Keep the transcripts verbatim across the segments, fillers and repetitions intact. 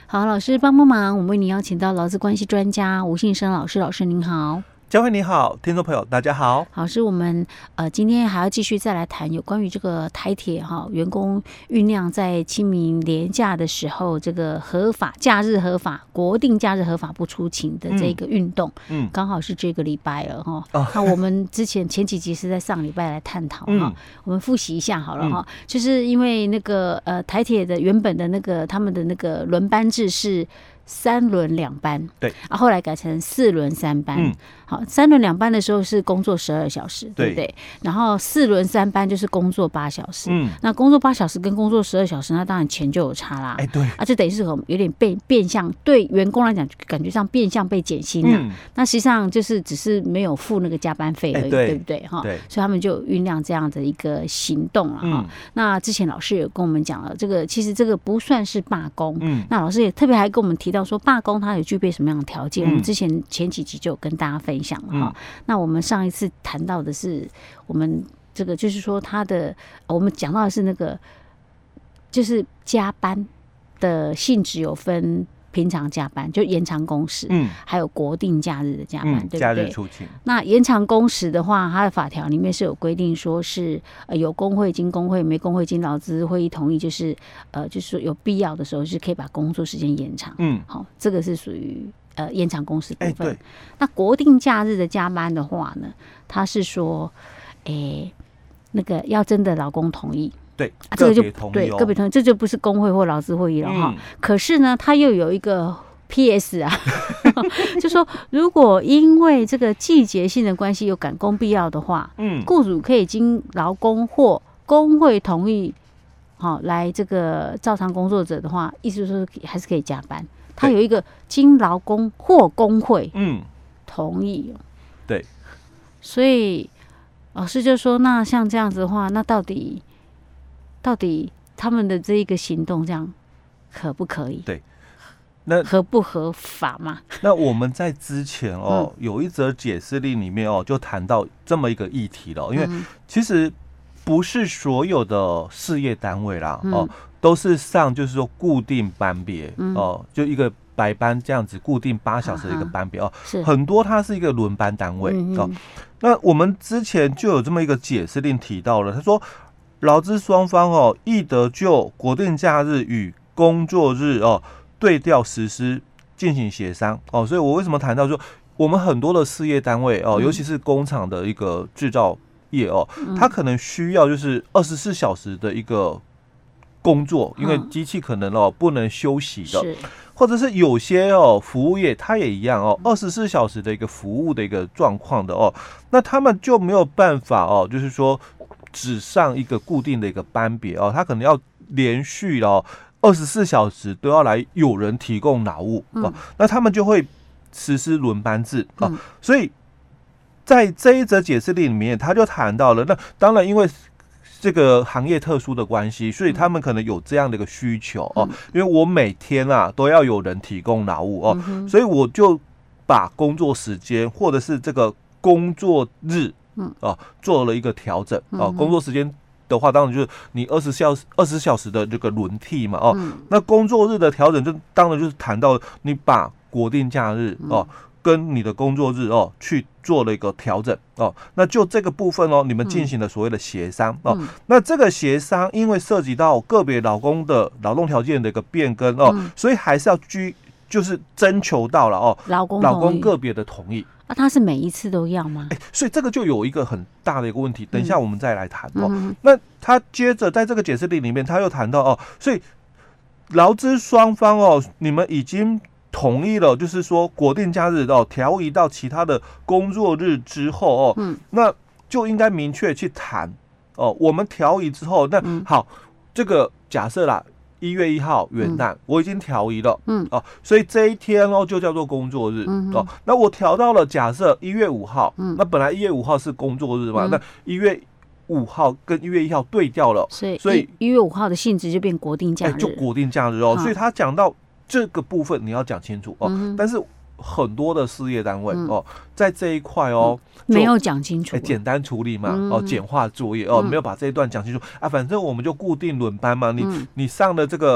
好，老师帮帮忙，我们为您邀请到劳资关系专家吴信生老师，老师您好。 嘉惠你好，听众朋友大家好。 好，是我们呃今天还要继续再来谈有关于这个台铁哈员工酝酿在清明连假的时候，这个合法假日合法国定假日合法不出勤的这个运动，嗯，刚好是这个礼拜了哈。哦，那我们之前前几集是在上礼拜来探讨哈，嗯，我们复习一下好了哈，嗯，就是因为那个呃台铁的原本的那个他们的那个轮班制是三轮两班， 对啊，后来改成四轮三班。嗯，好，三轮两班的时候是工作十二小时，对不对？然后四轮三班就是工作八小时。嗯，那工作八小时跟工作十二小时，那当然钱就有差啦。 哎，对啊，就等于是有点变变相，对员工来讲，感觉上变相被减薪了。嗯，那实际上就是只是没有付那个加班费而已，对，对不对？哈，对，所以他们就酝酿这样的一个行动了哈。嗯，那之前老师有跟我们讲了，这个其实这个不算是罢工。嗯，那老师也特别还跟我们提到说，罢工它有具备什么样的条件？嗯，我们之前前几集就有跟大家分享了哈。嗯，那我们上一次谈到的是，我们这个就是说，他的我们讲到的是那个，就是加班的性质有分平常加班，就延长工时，嗯，还有国定假日的加班，嗯，对不对？ 假日出勤。那延长工时的话，它的法条里面是有规定，说是呃有工会经工会，没工会经劳资会议同意，就是呃就是说有必要的时候是可以把工作时间延长。嗯，好，这个是属于呃延长工时部分。欸，那国定假日的加班的话呢，他是说，哎，欸，那个要真的劳工同意。 对， 啊，这个就对个别同意，这就不是工会或劳资会议了哈。嗯，可是呢，它又有一个 P S 啊，就说如果因为这个季节性的关系有赶工必要的话，嗯，雇主可以经劳工或工会同意，好，哦，来这个照常工作者的话，意思就是还是可以加班。它有一个经劳工或工会嗯同意，哦， 对， 所以老师就说，那像这样子的话，那到底？到底他们的这一个行动这样可不可以？ 对，那合不合法嘛？ 那我们在之前哦，嗯，有一则解释令里面哦，就谈到这么一个议题了。因为其实不是所有的事业单位啦，嗯，哦，都是上就是说固定班别，嗯，哦，就一个白班这样子固定八小时的一个班别，啊，哦，是很多它是一个轮班单位，嗯，哦。那我们之前就有这么一个解释令提到了，他说，劳资双方哦，亦得就国定假日与工作日哦对调实施进行协商哦。所以我为什么谈到说，我们很多的事业单位哦，嗯，尤其是工厂的一个制造业哦，嗯，它可能需要就是二十四小时的一个工作，因为机器可能哦不能休息的，或者是有些哦服务业它也一样哦，二十四小时的一个服务的一个状况的哦，那他们就没有办法哦，就是说。只上一个固定的一个班别哦，他可能要连续哦二十四小时都要来有人提供劳务，嗯，哦，那他们就会实施轮班制哦，嗯，所以在这一则解释令里面，他就谈到了，那当然因为这个行业特殊的关系，所以他们可能有这样的一个需求哦，嗯，因为我每天啊都要有人提供劳务哦，嗯，所以我就把工作时间或者是这个工作日。嗯哦，做了一个调整哦。工作时间的话，当然就是你二十小时二十小时的这个轮替嘛哦。嗯，那工作日的调整，就当然就是谈到你把国定假日哦跟你的工作日哦去做了一个调整哦。那就这个部分哦，你们进行了所谓的协商哦。嗯，那这个协商因为涉及到个别劳工的劳动条件的一个变更哦，嗯，所以还是要居就是征求到了哦劳工劳工个别的同意。 那、啊、他是每一次都要吗？ 欸、所以这个就有一个很大的一个问题，等一下我们再来谈哦。嗯、那他接着在这个解释令里面，他又谈到哦，所以劳资双方哦，你们已经同意了，就是说国定假日哦调移到其他的工作日之后哦，嗯，那就应该明确去谈哦。我们调移之后，那、嗯、好，这个假设啦。一月一号元旦、嗯，我已经调移了，嗯哦，所以这一天哦就叫做工作日，嗯哦，那我调到了假设一月五号，嗯，那本来一月五号是工作日嘛，嗯、那一月五号跟一月一号对调了， 所以所以一月五号的性质就变国定假日， 欸、就国定假日哦，所以他讲到这个部分你要讲清楚哦，嗯、但是。很多的事业单位、嗯、哦，在这一块哦、 嗯，没有讲清楚、 欸，简单处理嘛，嗯、哦，简化作业哦、嗯，没有把这一段讲清楚啊，反正我们就固定轮班嘛，你、嗯、你上了这个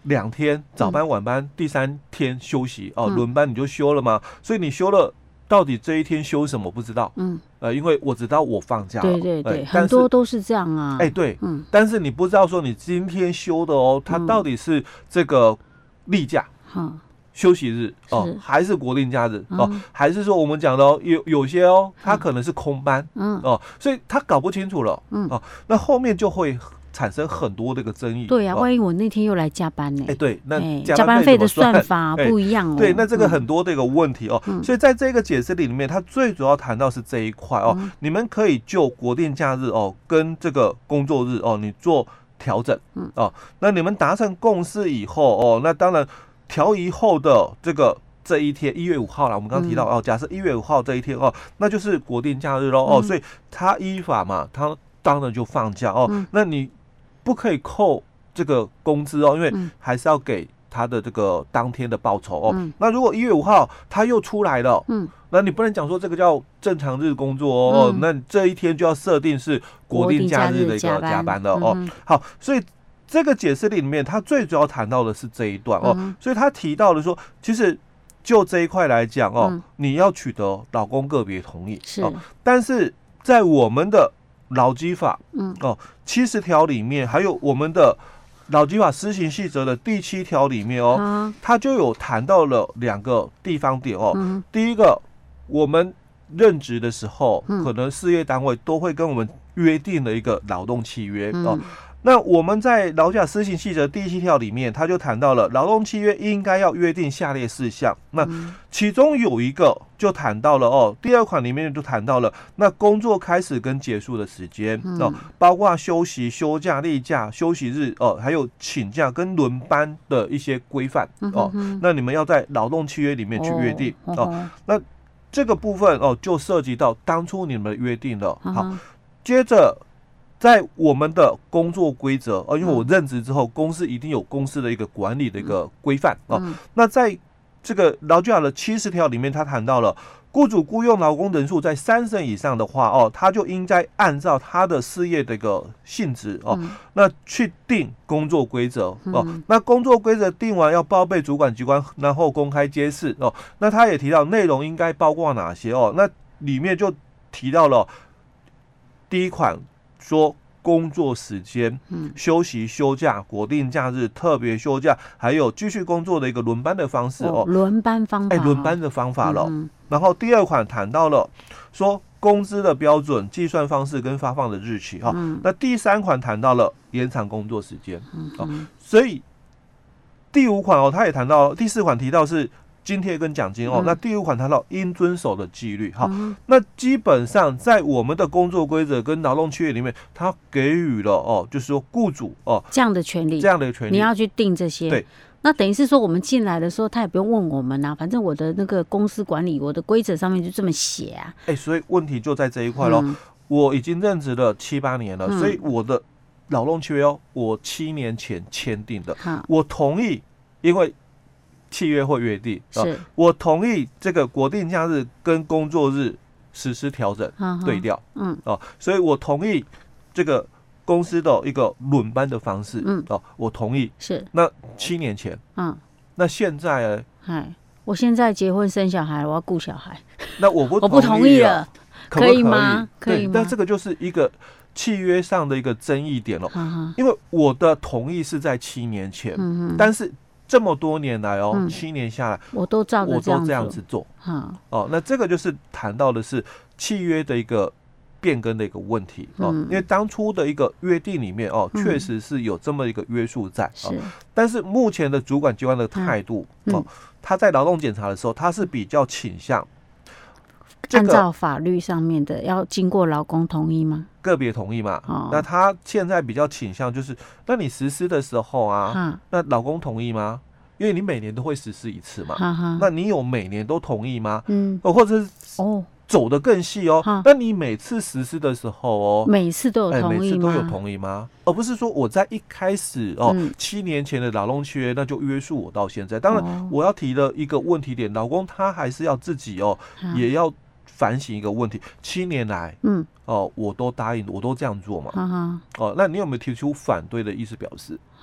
两天早班晚班，嗯、第三天休息哦，轮、嗯、班你就休了嘛，所以你休了。到底这一天休什么不知道，嗯，呃，因为我知道我放假了， 对对对，很多都是这样啊， 哎、欸，对，嗯，但是你不知道说你今天休的哦，它到底是这个例假，嗯，休息日哦，还是国定假日、嗯、哦，还是说我们讲的哦，有有些哦，它可能是空班，嗯，哦，所以他搞不清楚了，嗯，哦，那后面就会产生很多这个争议。 对啊，哦、万一我那天又来加班呢？ 哎、欸，对，那加班费的算法不一样哦。 欸、对，那这个很多的一个问题哦。嗯、所以在这个解释里面，它最主要谈到是这一块哦。嗯、你们可以就国定假日哦跟这个工作日哦，你做调整，嗯哦。那你们达成共识以后哦，那当然调移后的这个。这一天一月五号啦，我们刚刚提到、嗯、哦，假设一月五号这一天哦，那就是国定假日咯、嗯、哦，所以他依法嘛，他当然就放假哦。嗯、那你不可以扣这个工资哦，因为还是要给他的这个当天的报酬哦。嗯、那如果一月五号他又出来了，嗯，那你不能讲说这个叫正常日工作哦，嗯、那这一天就要设定是国定假日的一个加班了哦。嗯、好，所以。这个解释里面，他最主要谈到的是这一段哦，嗯、所以他提到的说，其实就这一块来讲哦，嗯、你要取得劳工个别同意是、哦，但是在我们的劳基法，嗯哦七十条里面，还有我们的劳基法施行细则的第七条里面哦，嗯、他就有谈到了两个地方点哦，嗯、第一个，我们任职的时候，嗯、可能事业单位都会跟我们约定了一个劳动契约、嗯、哦。那我们在劳基法施行细则第七条里面，他就谈到了劳动契约应该要约定下列事项。那其中有一个就谈到了哦，第二款里面就谈到了那工作开始跟结束的时间哦，包括休息、休假、例假、休息日哦，还有请假跟轮班的一些规范哦。那你们要在劳动契约里面去约定哦。那这个部分哦，就涉及到当初你们约定了。好，接着。在我们的工作规则哦，因为我任职之后，公司一定有公司的一个管理的一个规范哦。嗯、那在这个劳基法的七十条里面，他谈到了雇主雇用劳工人数在三成以上的话哦，他就应该按照他的事业的一个性质哦，嗯、那去定工作规则哦。嗯、那工作规则定完要报备主管机关，然后公开揭示哦。那他也提到内容应该包括哪些哦？那里面就提到了第一款。说工作时间、嗯、休息、休假、国定假日、特别休假，还有继续工作的一个轮班的方式哦， 轮班方法， 哎，轮班的方法了。嗯、然后第二款谈到了说工资的标准、计算方式跟发放的日期哈。哦嗯、那第三款谈到了延长工作时间，嗯哦，所以第五款哦，他也谈到，第四款提到是。津贴跟奖金哦，嗯、那第五款谈到应遵守的纪律哈，嗯、那基本上在我们的工作规则跟劳动契约里面，它给予了哦，就是说雇主哦这样的权利， 这样的权利， 你要去定这些。 对， 那等于是说我们进来的时候，他也不用问我们啊，反正我的那个公司管理，我的规则上面就这么写啊。 哎、欸，所以问题就在这一块咯。嗯、我已经任职了七八年了，嗯、所以我的劳动契约哦，我七年前签订的，嗯、我同意，因为。契约会约定，是、哦、我同意这个国定假日跟工作日实施调整对调，嗯哦，所以我同意这个公司的一个轮班的方式，嗯哦，我同意是。那七年前，嗯，那现在呢？ 哎，我现在结婚生小孩，我要顾小孩， 那我不我不同意了， 可不可以吗？可以吗？ 但这个就是一个契约上的一个争议点了，嗯、因为我的同意是在七年前，嗯、但是。这么多年来哦，嗯、七年下来， 我都照着我都这样子做，嗯、哦，那这个就是谈到的是契约的一个变更的一个问题哦，嗯、因为当初的一个约定里面哦，确、嗯、实是有这么一个约束在，是、哦，但是目前的主管机关的态度、嗯、哦，他在劳动检查的时候，他是比较倾向、 这个、按照法律上面的要经过劳工同意吗？ 个别同意嘛，哦、那他现在比较倾向就是，那你实施的时候啊，哈那劳工同意吗？因为你每年都会实施一次嘛，哈哈那你有每年都同意吗？嗯，或者是哦走得更细哦，哦那你每次实施的时候哦， 每次都有同意吗？ 每次都有同意吗？而不是说我在一开始哦，嗯、七年前的劳动契约那就约束我到现在。当然，我要提的一个问题点，劳工他还是要自己哦，嗯、也要。反省一个问题，七年来，嗯，哦，我都答应，我都这样做嘛，哈哈哦，那你有没有提出反对的意思表示？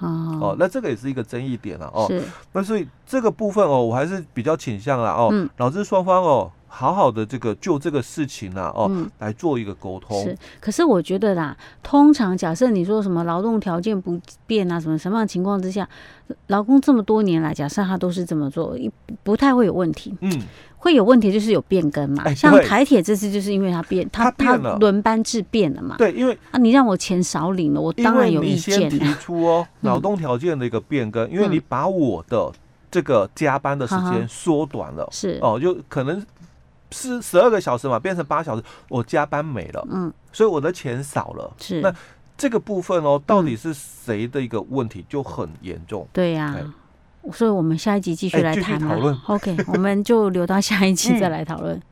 哦， 哦，那这个也是一个争议点了哦。 是， 那所以这个部分哦，我还是比较倾向啦哦，嗯、劳资双方哦。好好的这个就这个事情啊，哦，嗯、来做一个沟通。 是，可是我觉得啦，通常假设你说什么劳动条件不变啊，什么什么样的情况之下，劳工这么多年来，假设他都是这么做，不太会有问题。嗯，会有问题就是有变更嘛。欸、像台铁这次就是因为它变，它它轮班制变了嘛。 对，因为啊，你让我钱少领了，我当然有意见。 你先提出哦，劳动条件的一个变更，嗯、因为你把我的这个加班的时间缩短了， 是哦，就可能。是十二个小时嘛，变成八小时，我加班没了，嗯，所以我的钱少了， 是那这个部分哦，到底是谁的一个问题就很严重， 对呀、啊，所以我们下一集继续来谈嘛、欸、，OK， 我们就留到下一集再来讨论。嗯